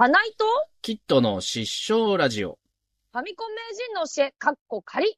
花井とキッドの失笑ラジオ。 ファミコン名人の教え、かっこ仮。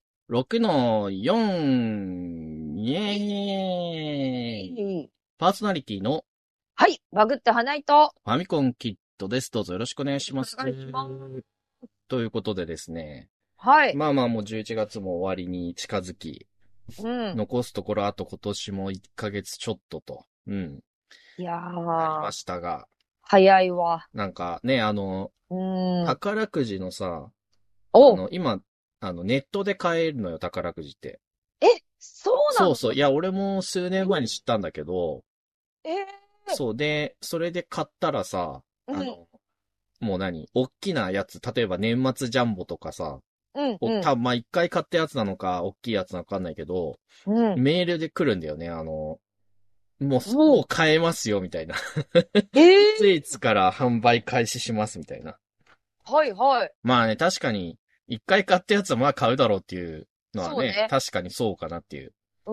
6-4、イエーイ。パーソナリティのはい、バグって花井と。 ファミコンキッドです。どうぞよろしくお願いします。 お願いします。 ということでですね。 はい。 まあまあもう11月も終わりに近づき、 うん。 残すところあと今年も1ヶ月ちょっとと、 いやー、 なりましたが、 早いわ。 なんかね、 うん。 宝くじのさ、 お、 今、ネットで買えるのよ、宝くじって。 え、そうなの？ そうそう。いや、俺も数年前に知ったんだけど、 えそうで、それで買ったらさ、 うん、 もう大きなやつ、例えば年末ジャンボとかさ、 うん、うん、 まあ、一回買ったやつなのか、大きいやつなのかわかんないけど、 うん。 メールで来るんだよね。もうお、 買えますよ、みたいな。 えー、 いついつから販売開始します、みたいな。 はい、はい。 まあね、確かに、一回買ったやつはまあ買うだろうっていうのはね、 そうね。 確かにそうかなっていう。 うん。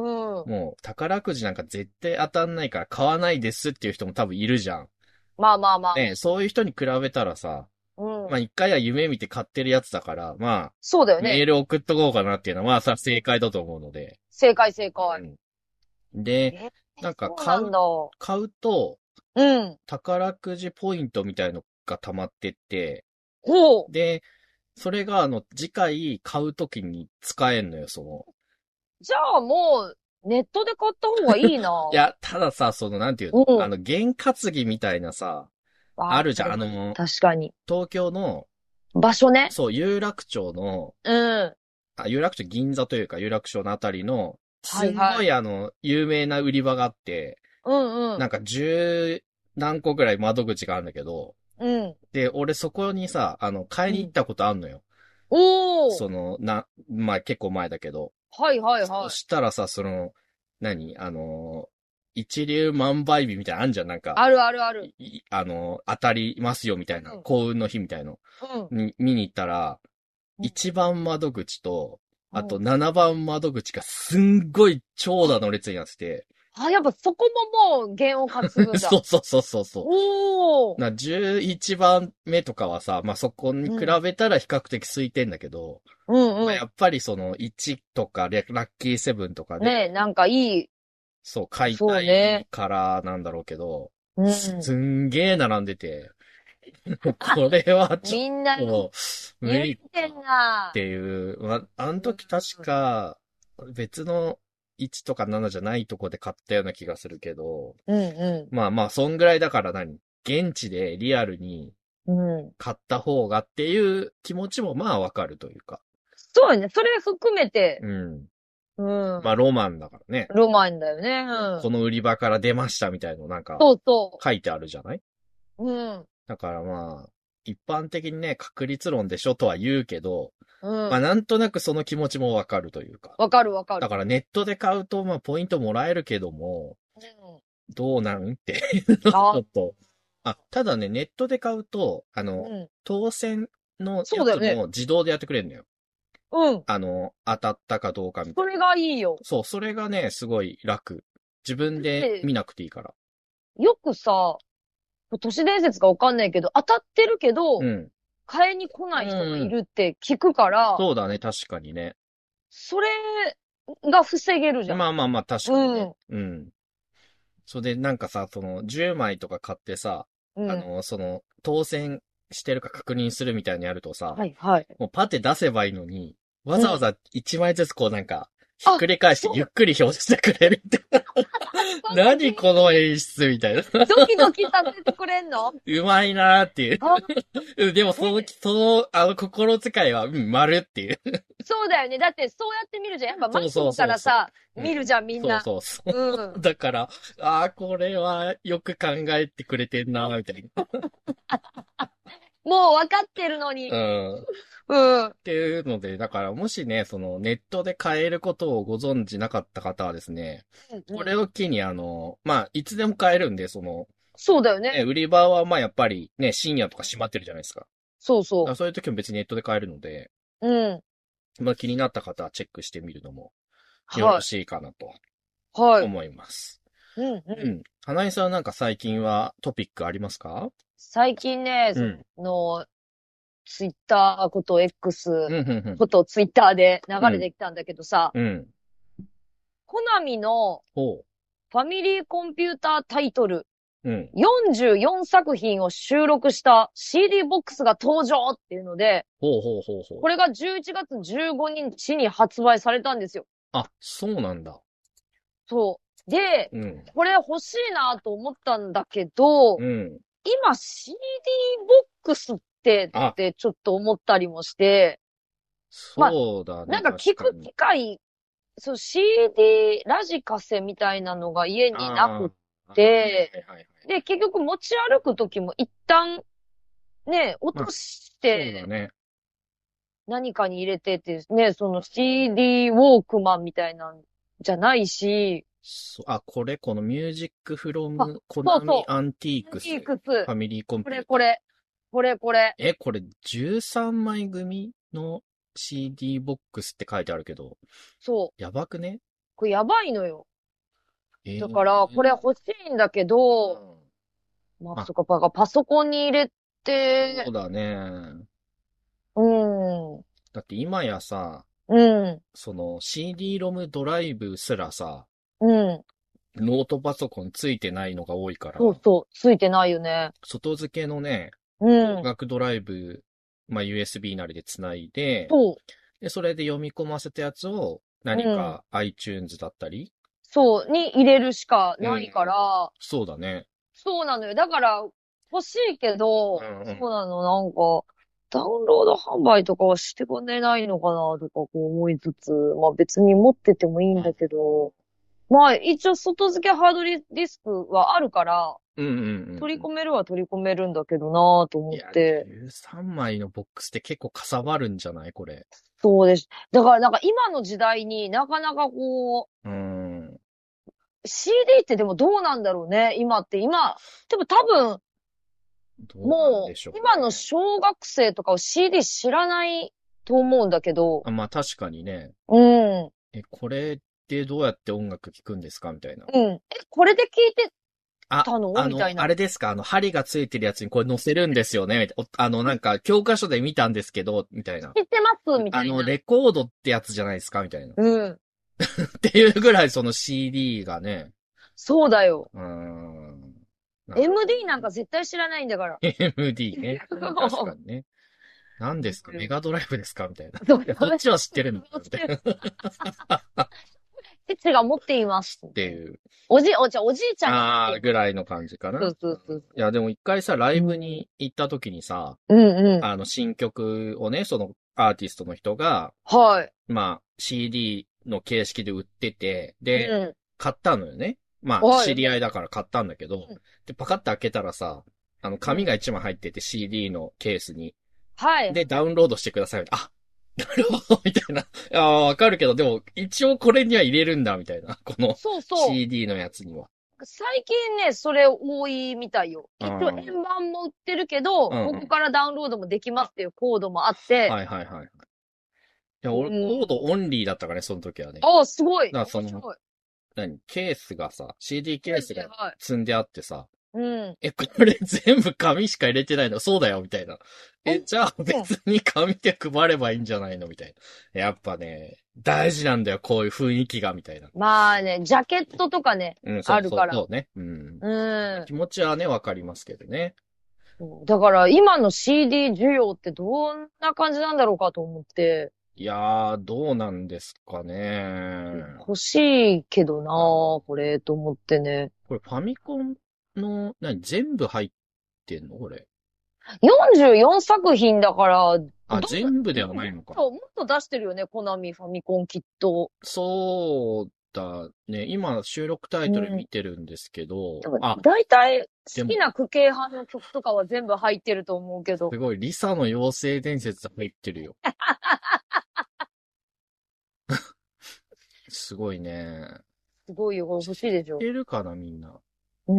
もう、宝くじなんか絶対当たんないから買わないですっていう人も多分いるじゃん。 まあまあまあ。 ね、そういう人に比べたらさ、 うん。 まあ一回は夢見て買ってるやつだから、まあ、 そうだよね。 メール送っとこうかなっていうのは、まあさ、正解だと思うので。 正解、正解。 うん。で、 えー、 なんかそうなんだ。 買うと、 うん。 宝くじポイントみたいのが溜まってって、 ほう。 で、それが次回買うときに使えんのよ、 じゃあもう、ネットで買った方がいいな。 いや、たださ、なんていうの、 うん。 験担ぎみたいなさ、あああ、 るじゃん。 はいはい。確かに。 東京の、 場所ね。 そう、有楽町の、 うん。 有楽町銀座というか、有楽町のあたりの、すんごいはいはい。 有名な売り場があって、 うんうん。 なんか十何個ぐらい窓口があるんだけど、 うん。 で、俺そこにさ、買いうん。 に行ったことあんのよ。 おー。 まあ結構前だけど。 はいはいそはい。 したらさ、何一粒万倍日みたいなのあんじゃん、なんか、 あるあるある。 当たりますよみたいな、 うん。 幸運の日みたいのうん。 に見に行ったら、 うん。 1番窓口と、あとうん。 7番窓口がすんごい長蛇の列になってて、 あ、やっぱそこももう弦を担ぐんだ。 そうそうそうそうそう。 おー。 11番目とかはさ、まあ、そこに比うん。 べたら比較的空いてんだけど、まあ、 うんうやっぱり1とかラッキーセブンとかん。ねえ、 で、 なんかいい。 そう、買いたそうね。 いからなんだろうけど、 うん。 すんげー並んでて、これはちょっみんなと無言っ理てんってな。 いう、あのうん。 時確か別の1とか7じゃないとこで買ったような気がするけど、 うんうまあまあ、そんぐらいだから現地でリアルにん。うん。 買った方がっていう気持ちもまあわかるというか。 そうよね。それ含めて、 うん。 うん。 まあロマンだからね。 ロマンだよね。うん。 この売り場から出ましたみたいのなんかそうそ書いてあるじゃない？ う。うん。 だからまあ、一般的にね、確率論でしょとは言うけど、まあうん。 なんとなくその気持ちもわかるというか。 わかるわかる。 だからネットで買うとまあポイントもらえるけども、 うん。 どうなんっていうのちあ、 ょっと。ただね、ネットで買うと、 うん。 当選のやつそうだよね。 も自動でやってくれるのよ。 うん。 当たったかどうかみたいな。 それがいいよ。 そう、それがね、すごい楽。自分でで、 見なくていいから。 よくさ、都市伝説かわかんないけど、当たってるけど、 うん。 買いに来ない人がうん。 いるって聞くから、 そうだね、確かにね。 それが防げるじゃん。 まあまあまあ、確かにね。 うん。 うん。それでなんかさ、10枚とか買ってさ、 うん。 当選してるか確認するみたいにやるとさ、 はいはい。 もうパテ出せばいいのに、わうん。 ざわざ1枚ずつこうなんか、ひっあ、 くり返してそう、 ゆっくり表示してくれるって。 そんな何この演出みたいな。 ドキドキさせてくれんの？ うまいなーっていう。 あ、 でもえ、 心遣いは、丸っていう。 そうだよね。だってそうやって見るじゃん。やっぱそうそうマックスかそうそらさ、 う。うん。 見るじゃん、みんそうな。 そうそうう。 ん。 だから、これはよく考えてくれてんなーみたいな。 もう分かってるのに。 うん。っうん。 ていうので、だからもしね、ネットで買えることをご存知なかった方はですね、 うんこうん。 れを機にまあ、いつでも買えるんで、 そうだよね。 売り場はまあやっぱりね、深夜とか閉まってるじゃないですか。だからそうそそういう時も別にネットで買えるので、 う。うん。 まあ気になった方はチェックしてみるのもよろはしいかなとい。はい。 思います。 うんうん。 うん。花井さんなんか最近はトピックありますか？ 最近ね、 うん。 ツイッターこと X うん、うん、うん。 ことツイッターで流うん、 れてきたんだけどさ、 うん。 コナミのほファミリーコンピュータータイトルう。うん。 44作品を収録した CD ボックスが登場っていうので、 ほうほうほうほう。 これが11月15日に発売されたんですよ。 あ、そうなんだ。 そう。で、 うん。 これ欲しいなと思ったんだけど、 うん。 今 CD ボックスってあ、 ってちょっと思ったりもして、まあ、 そうだね、 なんか聞く確かに。 機会、そう CD ラジカセみたいなのが家になあくっあ、はいて、 はいはい。 で、結局持ち歩くときも一旦ね、落まあ、 としてそうだね。 何かに入れてってね、その CD ウォークマンみたいなんじゃないし、 このミュージックフロあ、 ムコナそうそう、 ミアンティーアンクスフティークス、 ァミリーコンこピューター。 れこれ、これこれ、 え、これ13枚組の CD ボックスって書いてあるけど、 そう、 やばくね？ これやばいのよ。だから、これー、 欲しいんだけど、 うん。 まあ、 まあ、 そっか、パソコンに入れて、 そうだね。 うん、うだって今やさ、 ん、 その CD ロムドライブすらさ、 うん。 ノートパソコンついてないのが多いから、 そうそう、ついてないよね。 外付けのね、 うん、 光学ドライブ、まあ、USB なりで繋いで、 そで、それで読み込ませたやつをう、うん、 何か iTunes だったり、 そう、に入れるしかうん。 ないから、 そうだね。 そうなのよ。だから、欲しいけど、 うんうん。 そうなの、なんか、ダウンロード販売とかはしてくれないのかな、とかこう思いつつ、まあ別に持っててもいいんだけど、まあ一応外付けハードディスクはあるから、 うんうんうんうん。 取り込めるは取り込めるんだけどなと思いや、 って。 13枚のボックスって結構かさばるんじゃないこれ？ そうです。だからなんか今の時代になかなかこうーん。 う、CD ってでもどうなんだろうね。今、でも多分、 どうなんもう、 でしょう今のね。 小学生とかは CD 知らないと思うんだけど、 あ、まあ確かにね。 うん、 これってどうやって音楽聴くんですかみたいな。 うん。これで聞いてあ、 たのみたいな。 あれですか針がついてるやつにこれ載せるんですよねみたいな。なんか、教科書で見たんですけど、みたいな。 知ってますみたいな。 レコードってやつじゃないですかみたいな。っうん。 ていうぐらいその CD がね、 そうだよ。 うーん。なるほど MD なんか絶対知らないんだから。 ね。MD ね。確かにね。何ですかメガドライブですかみたいな。いそう、 や、 それ、 そっちは知ってるんだよ、みたいな。っ父が持っています。 ていう。 おじいちゃんが持っています。 ぐらいの感じかな。 そうそうそうそいや、でも一回さ、ライう。 ブうん。 に行った時にさ、 うんうん。 新曲をね、そのアーティストの人が、 はい。 まあ、CD の形式で売ってて、で、 うん。 買ったのよね。まあ、 はい。 知り合いだから買ったんだけど、 うん。 で、パカッて開けたらさ、紙がうん。 一枚入ってて CD のケースに。 はい。 で、ダウンロードしてください。あ、なるほど、みたいな。わかるけど、でも、一応これには入れるんだ、みたいな。このそうそう。 CD のやつには。 最近ね、それ多いみたいよ。 う一応ん。 円盤も売ってるけど、 うんうん。 ここからダウンロードもできますっていうコードもあって、 はいはいはい。いや、 う俺、コードん。 オンリーだったからね、その時はね。 ああ、すごい。 だからその、 面白い。 ケースがさ、CD ケはいースがはい。 積んであってさ、 うん。 これ全部紙しか入れてないのそうだよ、みたいな。 うん。 じゃあ別に紙で配ればいいんじゃないのみたいな。やっぱね、大事なんだよ、こういう雰囲気が、みたいな。 まあね、ジャケットとかね、 うん、そうそう、 あるから。 そうね。うん。 うん。 気持ちはね、わかりますけどね。 そうだから今の CD 需要ってどんな感じなんだろうかと思って、 いやー、どうなんですかね。 欲しいけどなこれ、と思ってね。 これファミコンの、全部入ってんのこれ？ 44作品だから、 あ、全部ではないのか。 もっと出してるよね、コナミ、ファミコンきっと。 そうだね。今、収録タイトルうん。 見てるんですけど、 でも、 あ、 大体、 でも、 好きな区形派の曲とかは全部入ってると思うけど。 すごい、リサの妖精伝説入ってるよ。すごいね。 すごいよ、これ欲しいでしょ。 知ってるかな、みんな。 うん。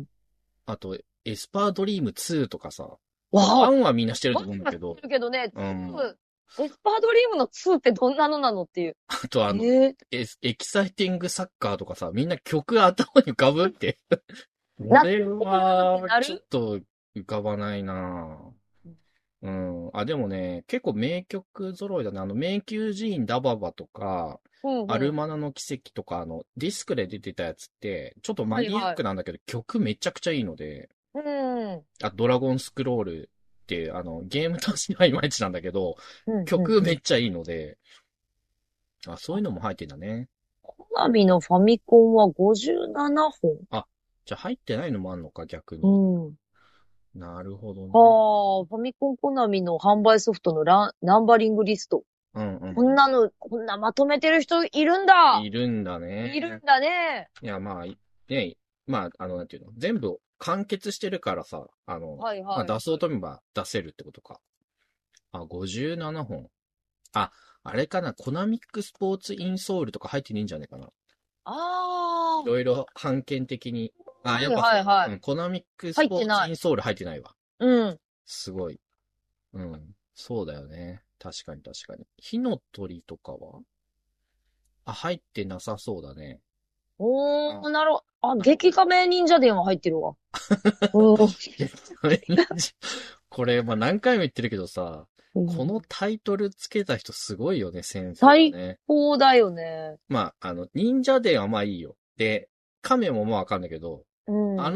あと、エスパードリーム2とかさ。 わあ、 ワンはみんな知ってると思うんだワンは知っけど、 てるけどね、 うん。 2、エスパードリームの2ってどんなのなのっていう。 あとええエキサイティングサッカーとかさ、みんな曲頭に浮かぶって。こな、 れっては、 なるちょっと、 浮かばないなぁ。うん。あ、でもね、結構名曲揃いだね。迷宮寺院ダババとか、 うんうん。 アルマナの奇跡とか、ディスクで出てたやつって、ちょっとマニアッはいはい。 クなんだけど、曲めちゃくちゃいいので、 うん。 あ、ドラゴンスクロールっていう、ゲームとしてはいまいちなんだけど、 うんうんうん。 曲めっちゃいいので、あ、そういうのも入ってんだね。 コナミのファミコンは57本。 あ、じゃあ入ってないのもあんのか、逆うに。 ん。 なるほどね。 はあ、ファミコンコナミの販売ソフトのナンバリングリスト。 うんうん。 こんなの、こんなまとめてる人いるんだ。 いるんだいるんね。 だね。 いや、まあ、ね、まあ、なんていうの、全部完結してるからさ、まあ、 はいはい。 出そうと思えば出せるってことか。あ、57本。あ、あれかな、コナミックスポーツインソールとか入ってねえんじゃねえかな。いあろいろ版権的に。あ、 あ、はいやっぱそう。 はいはい。 うん、コナミックス入っポーツてない。 インソール入ってないわ。 うん。 すごい。うん。そうだよね。確かに確かに。火の鳥とかはあ、入ってなさそうだね。 おー、 あ、 なるほど。あ、激カメ忍者伝は入ってるわ。うん。 これ、まあ何回も言ってるけどさ、このうんタイトルつけた人すごいよね、センスが最ね。 高だよね。 まあ、忍者伝はまあいいよ。で、亀もまあわかんないけど、 うん。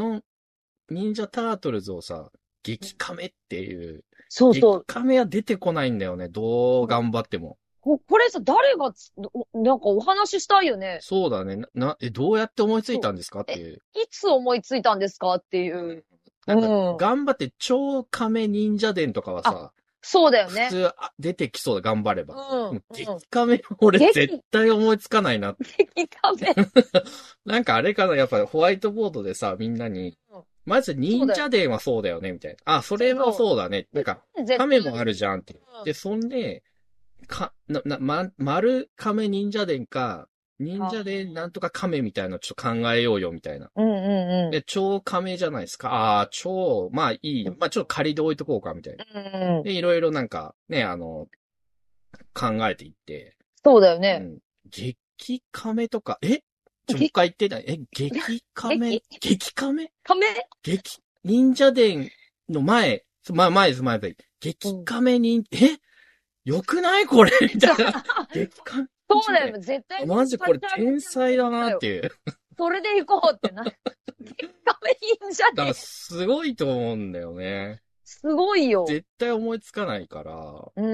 あの、忍者タートルズをさ、激亀っていう、激そうそう。 亀は出てこないんだよね、どう頑張っても。 これさ、誰がなんかお話ししたいよね。 そうだね。どうやって思いついそう。 たんですかっていう。 いつ思いついたんですかっていう。 なんか、 うん。 頑張って超亀忍者伝とかはあ、 さ、 そうだよね。 普通出てきそうだ、頑張れば。 うん、 でも激うん。 亀俺絶激、 対思いつかないな。 激カメ。 なんかあれかな、やっぱホワイトボードでさ、みんなに、 うん、 まず忍そうだよ。 者伝はそうだよね、みたいな。あ、それはそうそそうだね。なんか、 う。絶対。 亀もあるじゃんって。 うん。 で、そんで、丸亀忍者伝か、忍者伝なんとか亀みたいなのちょっと考えようよ、みたいな。 うんうんうで、超亀じゃないですか。ああ、超、まあいい。まあちょっと仮で置いとこうか、みたいな。 ん。うん。 で、いろいろなんか、ね、考えていって、 そうだよね。 うん。激亀とか、もう一激、 回言ってない。激亀激激亀カメ。 忍者伝の前、前です、前です。 うん。 激亀よくないこれみたいな。激亀忍者伝。 そうだよ。絶対マジこれ立ち上げ天てほし才だかったよ。 なっていう。 それで行こうってな。激カメ忍者だから伝。 すごいと思うんだよね。 すごいよ。 絶対思いつかないから。 うん。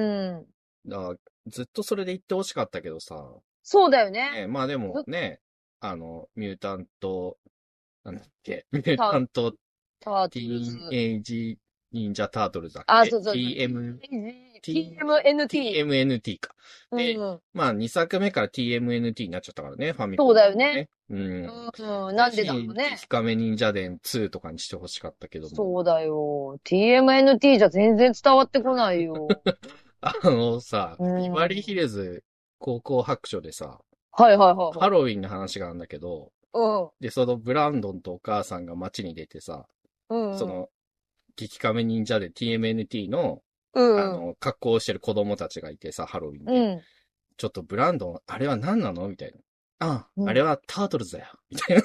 だからずっとそれで言ってほしかったけどさ。 そうだよね。 まあでもずね、ミュータント、なんだっけ、ミュータ、 タントターテトルズ。 ィーンエイジ忍者タートルズだっあ、 け？ そうそうそう。TMNT。 TMNT か。 うで、 ん。 まあ2作目から TMNT になっちゃったからね、ファミコそうンだよね。 ね。うん。 うん。なんでだろ最初にうね。 激カメ忍者伝2とかにしてほしかったけども。 そうだよ。TMNT じゃ全然伝わってこないよ。 さ、 うビバリーヒん。 ルズ高校白書でさ、 はいはいはいはい。 ハロウィンの話があるんだけど、 うん。 で、そのブランドンとお母さんが街に出てさ、 うんうん。 その、激カメ忍者で TMNT の、 うんうん。 格好をしてる子供たちがいてさ、ハロウィンで。 うん。 ちょっとブランドン、あれは何なのみたいな。あれうん。 はタートルズだよ。みたいな。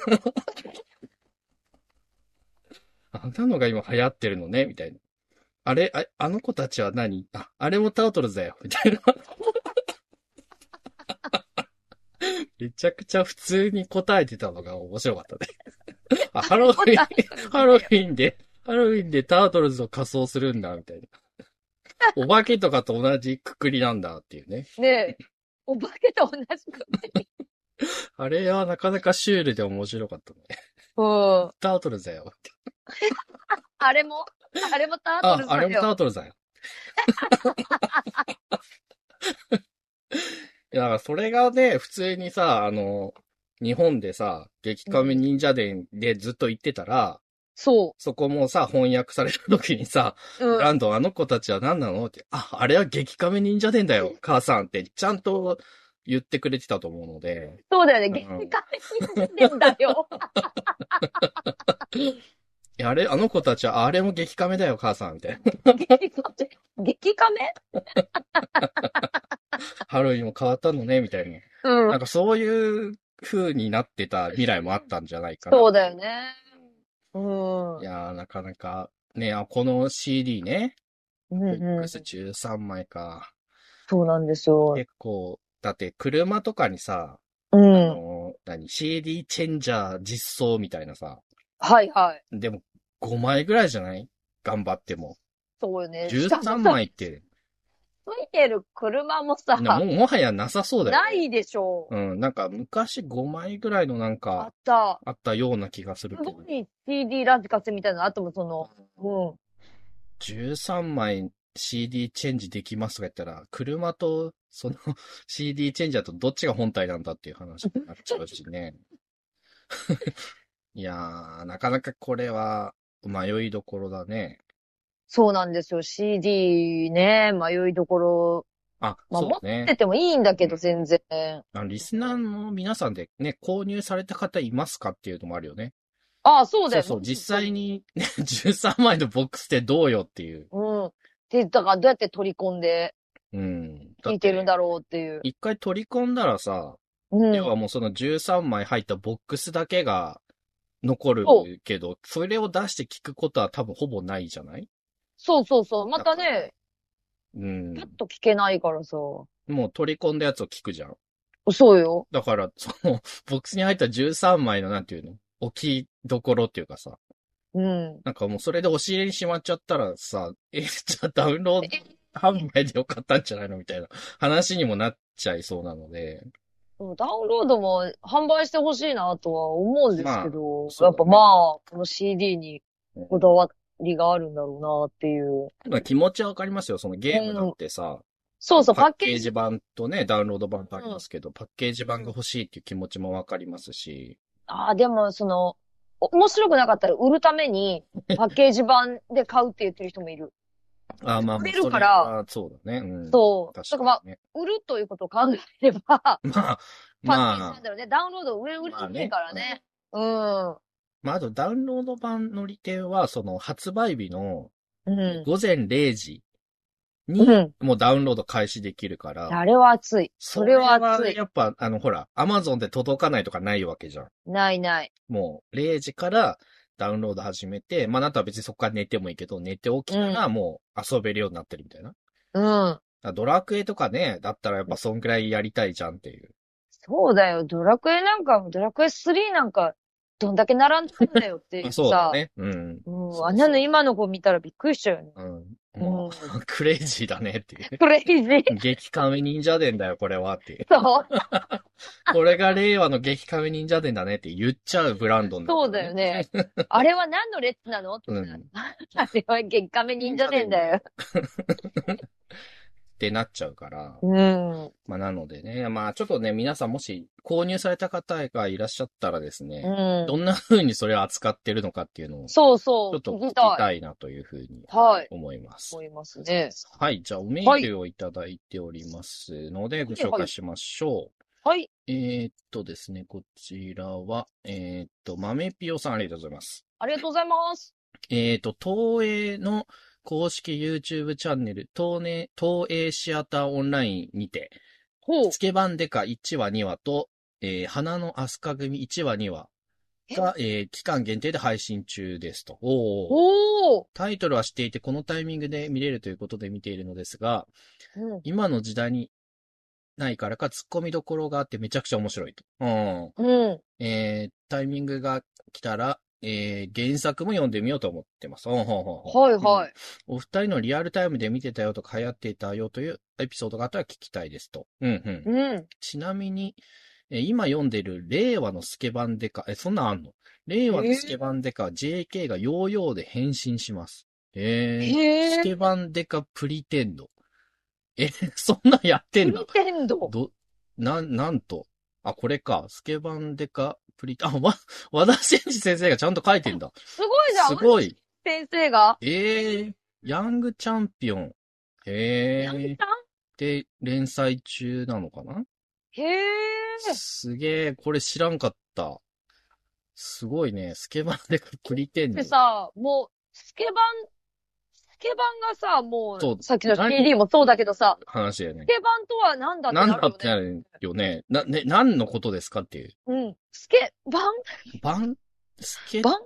あんなのが今流行ってるのねみたいな。あの子たちは何あれもタートルズだよ。みたいな。めちゃくちゃ普通に答えてたのが面白かったね。ハロウィン、ハロウィンでタートルズを仮装するんだ、みたいな。お化けとかと同じくくりなんだっていうね。 ねえ。お化けと同じくらい。 あれはなかなかシュールで面白かったね。 うん。 タートルズだよ。 あれも、あれもタートルズあれもタだよ。 ートルズだよ。いや、だからそれがね、普通にさ、日本でさ、激カメうん。 忍者伝でずっと言ってたら、 そそこもさ、翻訳された時にさ、 う。うん。 ブランドン、あの子たちは何なのって、あれは激カメ忍者伝だよ、母さんって、ちゃんと言ってくれてたと思うので、 そうだよね。 うん。 激カメ忍者伝だよ。 いやあの子たちは、あれも激カメだよ、母さん、みたいな。 激カメ。 ハロウィンも変わったのね、みたいな。 うん。 なんかそういう風になってた未来もあったんじゃないかな。 そうだよね。うん。 いやー、なかなか、 ね、この CD ね。 うんボッうん。 クス13枚か。 そうなんですよ。 結構、だって車とかにさ、 うん。 CD チェンジャー実装みたいなさ。 はいはい。 でも、5枚ぐらいじゃない？頑張っても。 そうよね。しかも 13 さ、 枚って、 ついてる車もさ、 もはやなさそうだよね。 ないでしょう。 うん、なんか昔5枚ぐらいのなんあかっ、た。 あったような気がするけど。 すごい CD ラジカセみたいなのあっても、うん。 13枚 CD チェンジできますとか言ったら、車とその CD チェンジャーとどっちが本体なんだっていう話になっちゃうしね。いやー、なかなかこれは迷いどころだね。 そうなんですよ。CD ね、迷いどころ。 あ、 まあ、持っそうね。 ててもいいんだけど、全然。 リスナーの皆さんでね、購入された方いますかっていうのもあるよね。 ああ、そうだよ。 そうそう、実際に、ね、13枚のボックスってどうよっていう。 うん。で、だからどうやって取り込んでうん。 聞いてるんだろうっていう。 一回取り込んだらさ、 うん。 要はもうその13枚入ったボックスだけが残そう。 るけど、それを出して聞くことは多分ほぼないじゃない？ そうそうそう。まただからね、 うん。 パッと聞けないからさ。 もう取り込んだやつを聞くじゃん。 そうよ。 だから、その、ボックスに入った13枚のなんていうの置きどころっていうかさ、 うん。 なんかもうそれで押し入れにしまっちゃったらさ、じゃあダウンロード販売でよかったんじゃないのみたいな話にもなっちゃいそうなので。 ダウンロードも販売してほしいなとは思うんですまあ、 けど、やっぱそうだね。 この CD にこだわりがあるんだろうなっていう。 まあ気持ちはわかりますよ。そのゲームだっうん。 てさ、 そうそう、 パッパッケージ。 ケージ版とね、ダウンロード版とありうん。 ますけど、パッケージ版が欲しいっていう気持ちもわかりますし。 ああ、でも、面白くなかったら売るためにパッケージ版で買うって言ってる人もいる。 ああ、まあまあ、 売れるそれから、 はそうだね。うん。 そう。だから確かにね。 売るということを考えれば、 まあ、 パッケージまあ、 なんだろうね。ダウンロード売りにくいまあね。 からね。うん。 まあ、あとダウンロード版の利点は、その発売日のうん。 午前0時にうん。 もうダウンロード開始できるから、 あれは熱い。それそれはは熱い。 やっぱ、ほら、アマゾンで届かないとかないわけじゃん。 ないない。 もう0時からダウンロード始めて、まあ、あなたは別にそこから寝てもいいけど、寝て起きたらもう遊べるようになってるみたいな。 うん。 ドラクエとかね、だったらやっぱそんくらいやりたいじゃんっていう。 そうだよ。ドラクエ3なんか、どんだけ並んでるんだよっていうさ。 そうだね。うん。 うん。 そうそう。 あんなの今の子見たらびっくりしちゃうよね。 うん。もうん。 う、クレイジーだねっていう。 クレイジー。 激カメ忍者伝だよ、これはっていう。 そう。 これが令和の激カメ忍者伝だねって言っちゃうブランドンだかそうだらね。 よね。あれは何の列なのってさ。 うん。 あれは月下目忍者伝だよ。 ってなっちゃうから。 うん。 まあなのでね、まあちょっとね、皆さんもし購入された方がいらっしゃったらですうね、どん。 んな風にそれを扱ってるのかっていうのを、ちそうそう。 ょっと聞き聞きたい。 たいなという風にはい。 思います。 思いますね。 はい。じゃあ、おメはい。 ールをいただいておりますので、ご紹はいはい。 介しましょう。 はい。 ですね、こちらは、豆ぴよさんありがとうございます。 ありがとうございます。 東映の公式 YouTube チャンネル、東映シアターオンラインにて、 ほう。 スケバンデカ1話2話と、花のアスカ組1話2話が、期間限定で配信中ですと。 おー。 タイトルは知っていて、このタイミングで見れるということで見ているのですが、 うん。 今の時代にないからか突っ込みどころがあってめちゃくちゃ面白いと。 うん。 タイミングが来たら、原作も読んでみようと思ってます。 はいはい。 お二人のリアルタイムで見てたよとか流行っていたよというエピソードがあったら聞きたいですと。 うん。 ちなみに、今読んでる令和のスケバンデカ、そんなんあんの？令和のスケバンデカ、JK がヨーヨーで変身します。スケバンデカプリテンド。そんなんやってんだ。 プリテンド。 なんと。あ、これか。スケバンデカプリ、和田真二先生がちゃんと書いてんだ。 すごいじゃん。 すごい。 先生が。 ヤングチャンピオン。 ヤングちゃんで、連載中なのかな？ へえ。 すげえ、これ知らんかった。すごいね。スケバンデカプリテンド。 でさ、もう、スケバンがさ、もそうう、さっきの CD もそうだけどさ、 話だよね。 スケバンとは何だってなんなるよね。 だってなるよね。何のことですかっていう。 うん。スケバンバンスケバン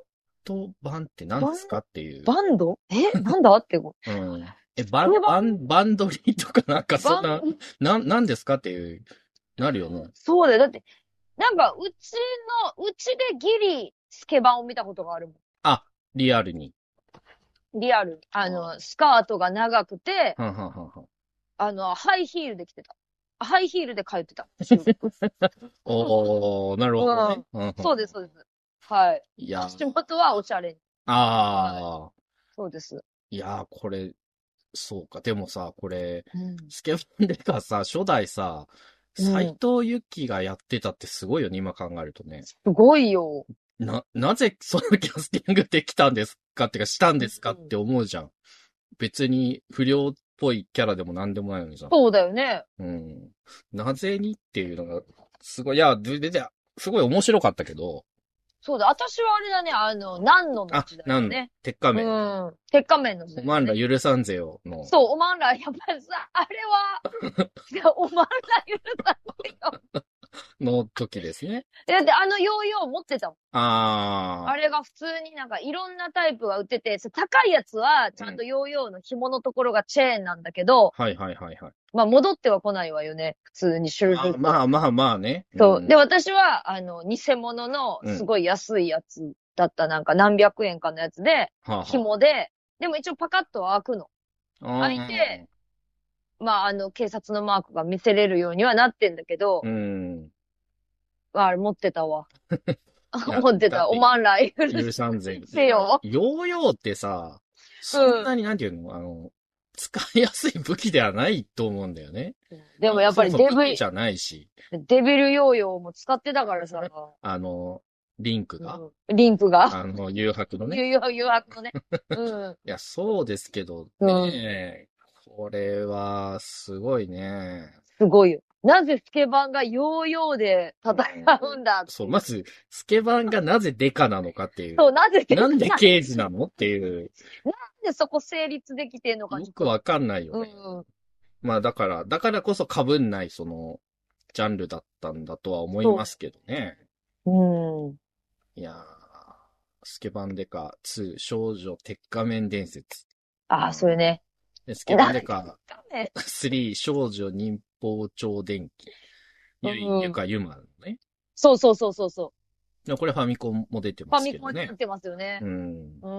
ト版って何ですかっていう。 バンドなんだってこうん。バンドリーとかなんかそんな、なんですかっていう、なるよね。 そうだよ。だって、なんか、うちでギリ、スケバンを見たことがあるもん。 あ、リアルに。 リアルに。スカートが長くて、 はんはんはんはん。 ハイヒールで来てた。ハイヒールで通ってた。中学おー、なるほどね。うんうんそうです、そうです。はい。 いや、 足元はおしゃれに。 あー、 そうです。 いや、これ、そうか。でもさ、これ、 うん。 スケバンデカさ、初代さ、斎うん。 藤由貴がやってたってすごいよね、今考えるとね。 すごいよ。 なぜそのキャスティングできたんですかってか、したんですかっうん。 て思うじゃん。別に不良っぽいキャラでもなんでもないのにさ。 そうだよね。 うん。なぜにっていうのが、すごい、いや、すごい面白かったけど、 そうだ。私はあれだね、何ののあ、 時代なんの、 だね。 鉄仮う面。 ん。鉄仮面の時お代だね。 まんら許さんぜよの。 そう、おまんら、やっぱりさ、あれは、いや、おまんら許さないよ。 の時ですね。 だってヨーヨー持ってたもん。 ああれが普通になんかいろんなタイプが売ってて、高いやつはちゃんとヨーヨーの紐のところがチェーンなんだけど、 はいはいはいはい。 まあ戻っては来ないわよね。普通にシュルルっと。 まあまあまあね。 そう。 んで、私は、偽物のうん。 すごい安いやつだった、なんか何百円かのやつで、 はあは紐で、でも一応パカッとは開くの。 あ。 開いて、まあ、警察のマークが見せれるようにはなってんだけど、 うん。 あれ持ってたわ。 いや、 持ってた。おだって、 まんら許許さんぜ。 せよ。 ヨーヨーってさ、そんうん。 なになんていうの使いやすい武器ではないと思うんだよね。 でもやっぱりそもそも武器じゃないし、 デビルヨーヨーも使ってたからさ、 あの、リンクが、 リンクが、 誘白のね。 誘惑のね。うん。 いや、そうですけどうん。 ね、これは、すごいね。 すごいよ。なぜスケバンがヨーヨーで戦うんだってそう、 いう。 まず、スケバンがなぜデカなのかっていう。 そう、なぜデカなんで刑事なのっていう、 なんでそこ成立できてんのか、ちょっと。 よくわかんないよね。 うん。 まあだからこそ被んないその、ジャンルだったんだとは思いそますけどね。 う。うん。 いやー、スケバンデカ2少女鉄仮面伝説。 ああ、それね。 でスケバンなんかデカね。 3少女忍法超電気。ゆうん。 かゆまのね。 そうそうそうそうそう。 でこれファミコンも出てまファすけどね。 ミコンになってますよね。 うん。 うん。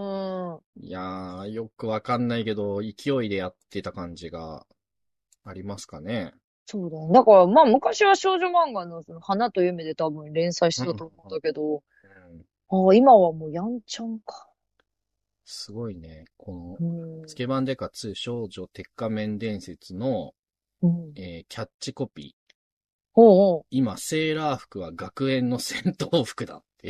いやー、よくわかんないけど、勢いでやってた感じがありますかね。 そうだね。だから、まあ、昔は少女漫画のその花と夢で多分連載しうん。 てたと思うんだけど、 うんああ、今はもうやんちゃんか。 すごいね。この、 うん。 スケバンデカ2少女鉄仮面伝説の、 うん。 キャッチコピー。 ほうほ今、セーラー服は学園の戦闘服だっていう。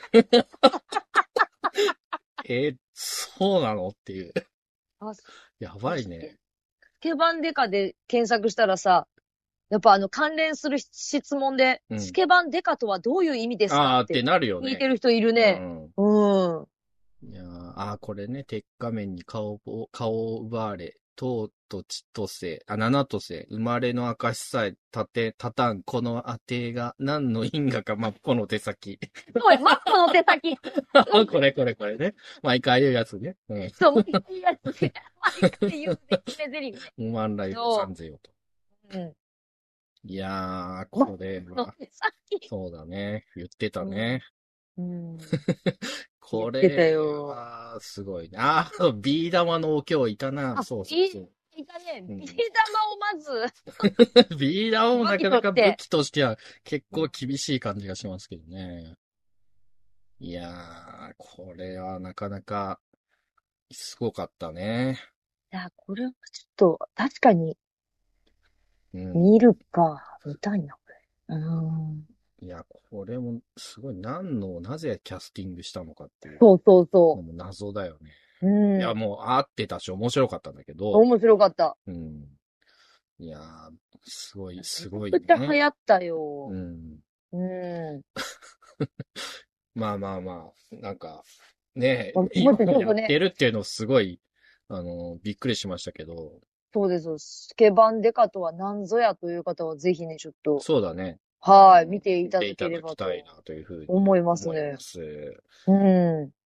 そうなのっていう。 う。 やばいね。 スケバンデカで検索したらさ、やっぱ関連する質問で、 うん。 スケバンデカとはどういう意味ですかあーってってなるよね。 聞いてる人いるうね。 ん。 うん。 いやこれね、鉄仮面に顔を奪われ、とうと千歳、七と瀬、生まれの証さえ立たん、この当てが、何の因果か、まこの手先。 おい、マッコの手先。 これね。毎回言うやつね。うん。 そう、毎回言うやつね。毎回言うね。決め台詞ね。 おまんら許さんぜよと。 うん。 いやー、 マッこれコのは、 手先。 そうだね。言ってたね。 うん。言こってたれよ。 は、すごいね。ビー玉のお経いたな。 あ、 そうそういそう。 いたね。 うん、 ビー玉をまず、 ビー玉もな武器かなか武として。 器としては結構厳しい感じがしますけどね。いやー、これはなかなかすごかったね。 いや、これはちょっと、確かにうん。 見るか。見たいな、これ。 いや、これもすごいなぜキャスティングしたのかっていうそうそうそのも謎だよね。 う。ういや、 ん。 もう合ってたし面白かったんだけど、 面白かった。 うん。いやー、 めすごいちゃくちゃ流ね。 行ったよ。 うん。 うん。 まあまあまあ、なんか、ねも今しちもやってょっとね、 るっていうのすごい、びっくりしましたけど、 そうです。スケバンデカとは何ぞやという方はぜひね、ちょっと、 そうだね。 はい、見てい見ていたただけれだきたいばとなというふうに思います思いまね。 す。 うん。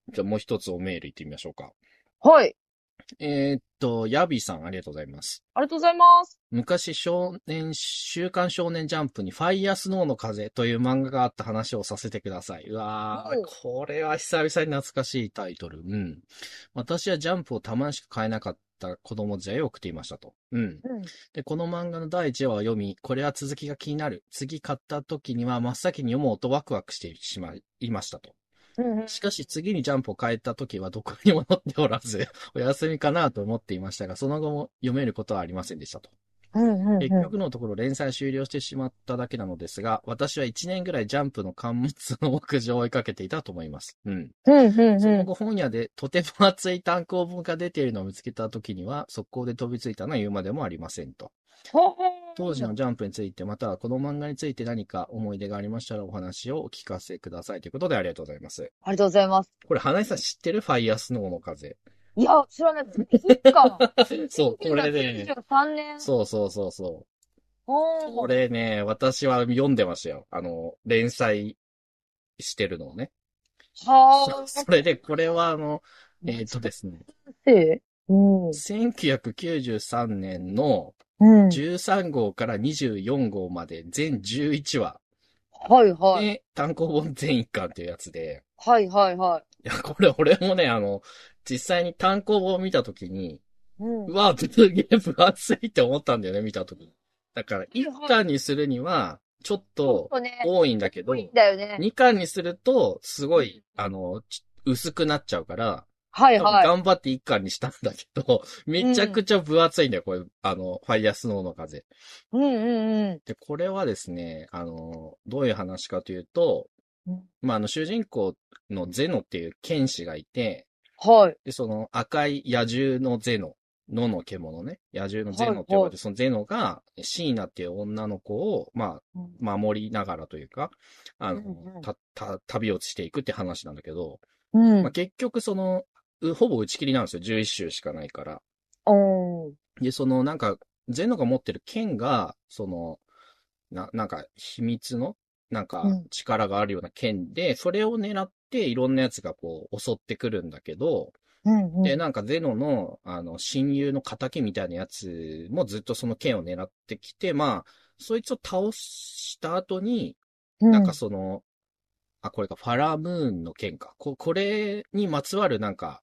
じゃあもう一つおメール行ってみましょうか。 はい。 ヤビさんありがとうございます。 ありがとうございます。 昔週刊少年ジャンプにファイヤースノーの風という漫画があった話をさせてください。うわー、 おう。 これは久々に懐かしいタイトル。うん。私はジャンプをたまにしか買えなかった子供時代を送っていましたと。うん。 うん。 で、この漫画の第1話を読み、これは続きが気になる。次買った時には真っ先に読もうとワクワクしてしまいましたと。 うん。 しかし次にジャンプを変えた時はどこにも載っておらず、お休みかなと思っていましたが、その後も読めることはありませんでしたと。 うん。 結局のところ連載終了してしまっただけなのですが、私は1年ぐらいジャンプの刊物の屋上を追いかけていたと思います。うん。 うん。うん。 その後本屋でとても厚い単行本が出ているのを見つけた時には、速攻で飛びついたのは言うまでもありませんと。 ほほ当時のジャンプについて、またはこの漫画について何か思い出がありましたらお話をお聞かせくださいということでありがとうございます。 ありがとうございます。 これ、花井さん知ってるファイヤースノーの風。 いや、知らない。そっか。 そう、これね、 1993年。 そうそうそうそう。 おー。 これね、私は読んでましたよ。連載してるのをね。 はあ。 それで、これはですね、 えうん。 1993年のうん。 13号から24号まで全11話はいはい。 で、単行本全1巻っていうやつで、 はいはいはい。 いや、これ俺もね、実際に単行本を見たときに、 うん。 うわ、すげえ分厚いって思ったんだよね、見たとき。だから、1巻にするには、ちょっちょっととね、 多いんだけど、 多いんだよね。 2巻にすると、すごい、 うん。 薄くなっちゃうから、多分はいはい。 頑張って1巻にしたんだけど、めちゃくちゃ分厚いんだよ、これ、ファイヤースノーの風。 うんうんうん。 で、これはですね、どういう話かというと、 うん。 まあ、主人公のゼノっていう剣士がいて、 はい。 で、その赤い野獣のゼノ、野の獣ね、野獣のゼはいはい。 ノって呼ばれて、そのゼノがシーナっていう女の子を、まうん。 あ、守りながらというか、 うん旅をしていくって話なんだけど、 うん。うまあ、 ん。 結局ほぼ打ち切りなんですよ。11週しかないから。 おー。 で、なんか、ゼノが持ってる剣が、なんか、秘密の、なんか、 うん。 力があるような剣で、それを狙って、いろんなやつがこう、襲ってくるんだけど、で、 うんうん。 なんかゼノの、親友の仇みたいなやつもずっとその剣を狙ってきて、まあ、そいつを倒した後に、なんかうん。 これか、ファラームーンの剣か。これにまつわるなんか、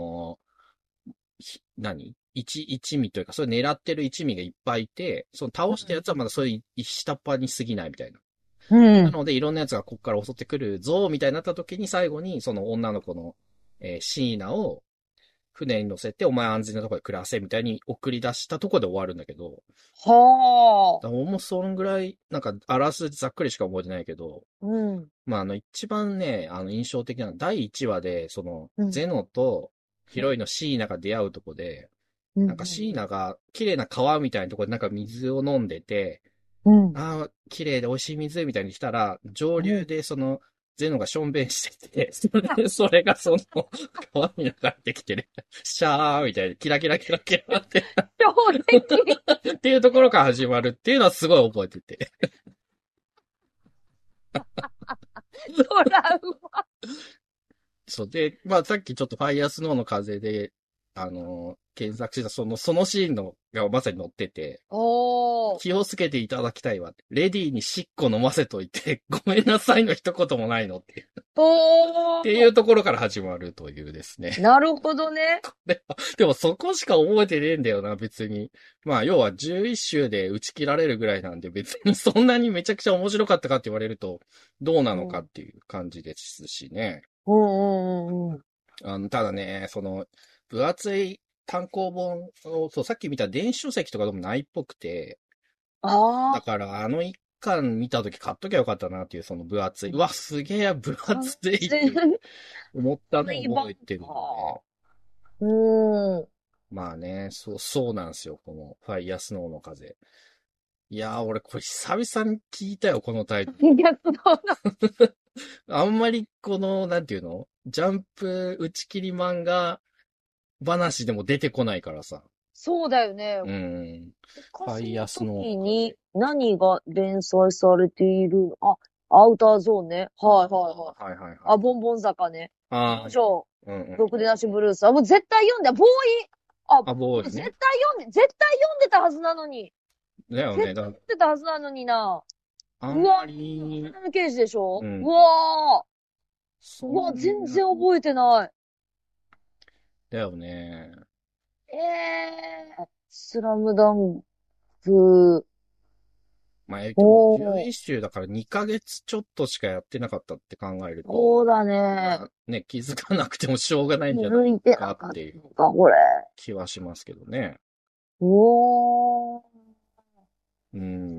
一味というか、それ狙ってる一味がいっぱいいて、その倒したやつはまだそういう下っ端に過ぎないみたいな。 うん。 なので、いろんなやつがここから襲ってくるぞ、みたいになった時に最後に、その女の子の、シーナを船に乗せて、お前安全なところで暮らせ、みたいに送り出したところで終わるんだけど、 はあ。 もうそんぐらい、なんか、あらすじざっくりしか覚えてないけど、 うん。 まあ、一番ね、印象的なのは、第1話で、 うん。 ゼノとヒロインのシーナが出会うとこで、 うん。 なんかシーナが綺麗な川みたいなところでなんか水を飲んでて、 うん。 ああ、綺麗で美味しい水みたいに来たら、上流うん。 でゼノがしょんべんしてて、それが川に流れてきてね、シャーみたいにキラキラキラキラって衝撃。 っていうところから始まるっていうのはすごい覚えてて。 トラウマ。 そうで、まあさっきちょっとファイヤースノーの風で、検索したそのシーンがまさに載ってて、 おー。 気をつけていただきたいわ。レディーにしっこ飲ませといて、ごめんなさいの一言もないのっていう。 おっていうところから始まるというですね。 なるほどね。 でもそこしか覚えてねえんだよな、別に。まあ、要は11週で打ち切られるぐらいなんで、別にそんなにめちゃくちゃ面白かったかって言われると、どうなのかっていう感じですしね。 うんうんうんただね、分厚い単行本を、そう、さっき見た電子書籍とかでもないっぽくて、だああ。 から一巻見たとき買っときゃよかったなっていう、その分厚い。うわ、すげえ分厚いって全思ったのを然版覚えてるんで。 か。うん。 まあね、そうなんですよ。このファイヤースノーの風。いやー、俺これ久々に聞いたよ、このタイトル。 いや、そうな。 あんまりなんていうのジャンプ打ち切り漫画話でも出てこないからさ。 そうだよね。 うん。ファイヤー昔のスノー時に何が連載されているあ、アウターゾーンね。はいはいはい。 風。はいはいはい。 あ、ボンボン坂ね。 ああ、 じゃあ、 うんうん。 ろくでなしブルース。あ、もう絶対読んで、ボーイ、あ、 あ、ボーイ絶対ね。 絶対読んでたはずなのに。 だよね。 絶対読んでたはずなのにな。うわあんまり、 ー、刑事でしょ、ううん。 わー、 そうわ、全んな、 然覚えてない。 だよね。 スラムダンク、 まあ、言っても、 おー、 11週だから2ヶ月ちょっとしかやってなかったって考えると、 そうだね。 まあね、気づかなくてもしょうがないんじゃない抜いてなかかったっていうのか、これ。 気はしますけどね。 おー、 うん。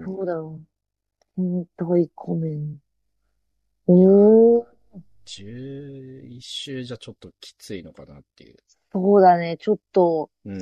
そうだよ。変態仮面。 いやおー、 ー、11週じゃちょっときついのかなっていう。 そうだね。ちょっと、 うん。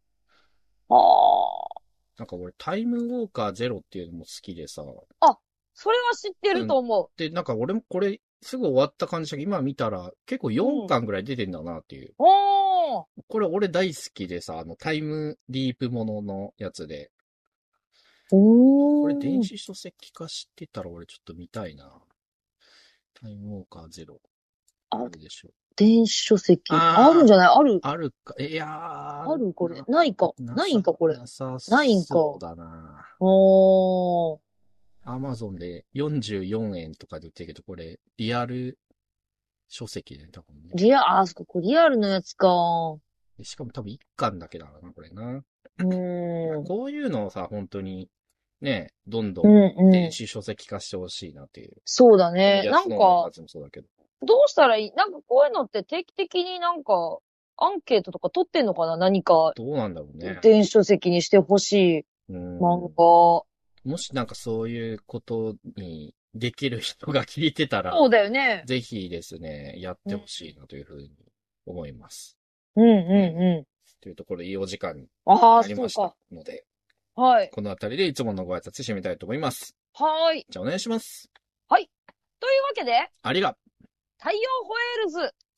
あなんか俺、タイムウォーカーゼロっていうのも好きでさ。 あ、それは知ってうん。 ると思で、なんか俺もこれ、すぐ終わった感じだけど、今見たら結構う。 4 うん。 巻ぐらい出てんだなっていう。 おー、 これ俺大好きでさ、タイムリープもののやつで。これ電おー。 子書籍化してたら俺ちょっと見たいな。タイムウォーカーゼロ。ああ、 るでしょ。 電子書籍。あるんあじゃない？ある？ あるか。いやあるこれ。ないか。ないんか、これ。 なさないんか。 そうだな。 おー。 アマゾンで44円とかで売ってるけど、これ、リアル書籍で、多分ね。 そっか、これリアルのやつか。 でしかも多分1巻だけだな、これな。 うーん。 こういうのをさ、本当に、ね、どんどうんん電うん。 子書籍化してほしいなっていう。 そうだね。 やなんか、 つのやつもそうだけど。 どうしたらいい？なんかこういうのって定期的になんか、アンケートとか取ってんのかな？何か、 どうなんだろうね。 電子書籍にしてほしいうん。 漫画。 もしなんかそういうことにできる人が聞いてたら、 そうだよね。 ぜひですね、やっうんてほしいなというふうに思います。 うんうん。 というところでいいお時間にああ、 なりましたそうか。 ので、 はい。 このあたりでいつものご挨拶してみたいと思います。 はーい。 じゃあお願いします。 はい。というわけで、 ありが。 太陽ホエールズ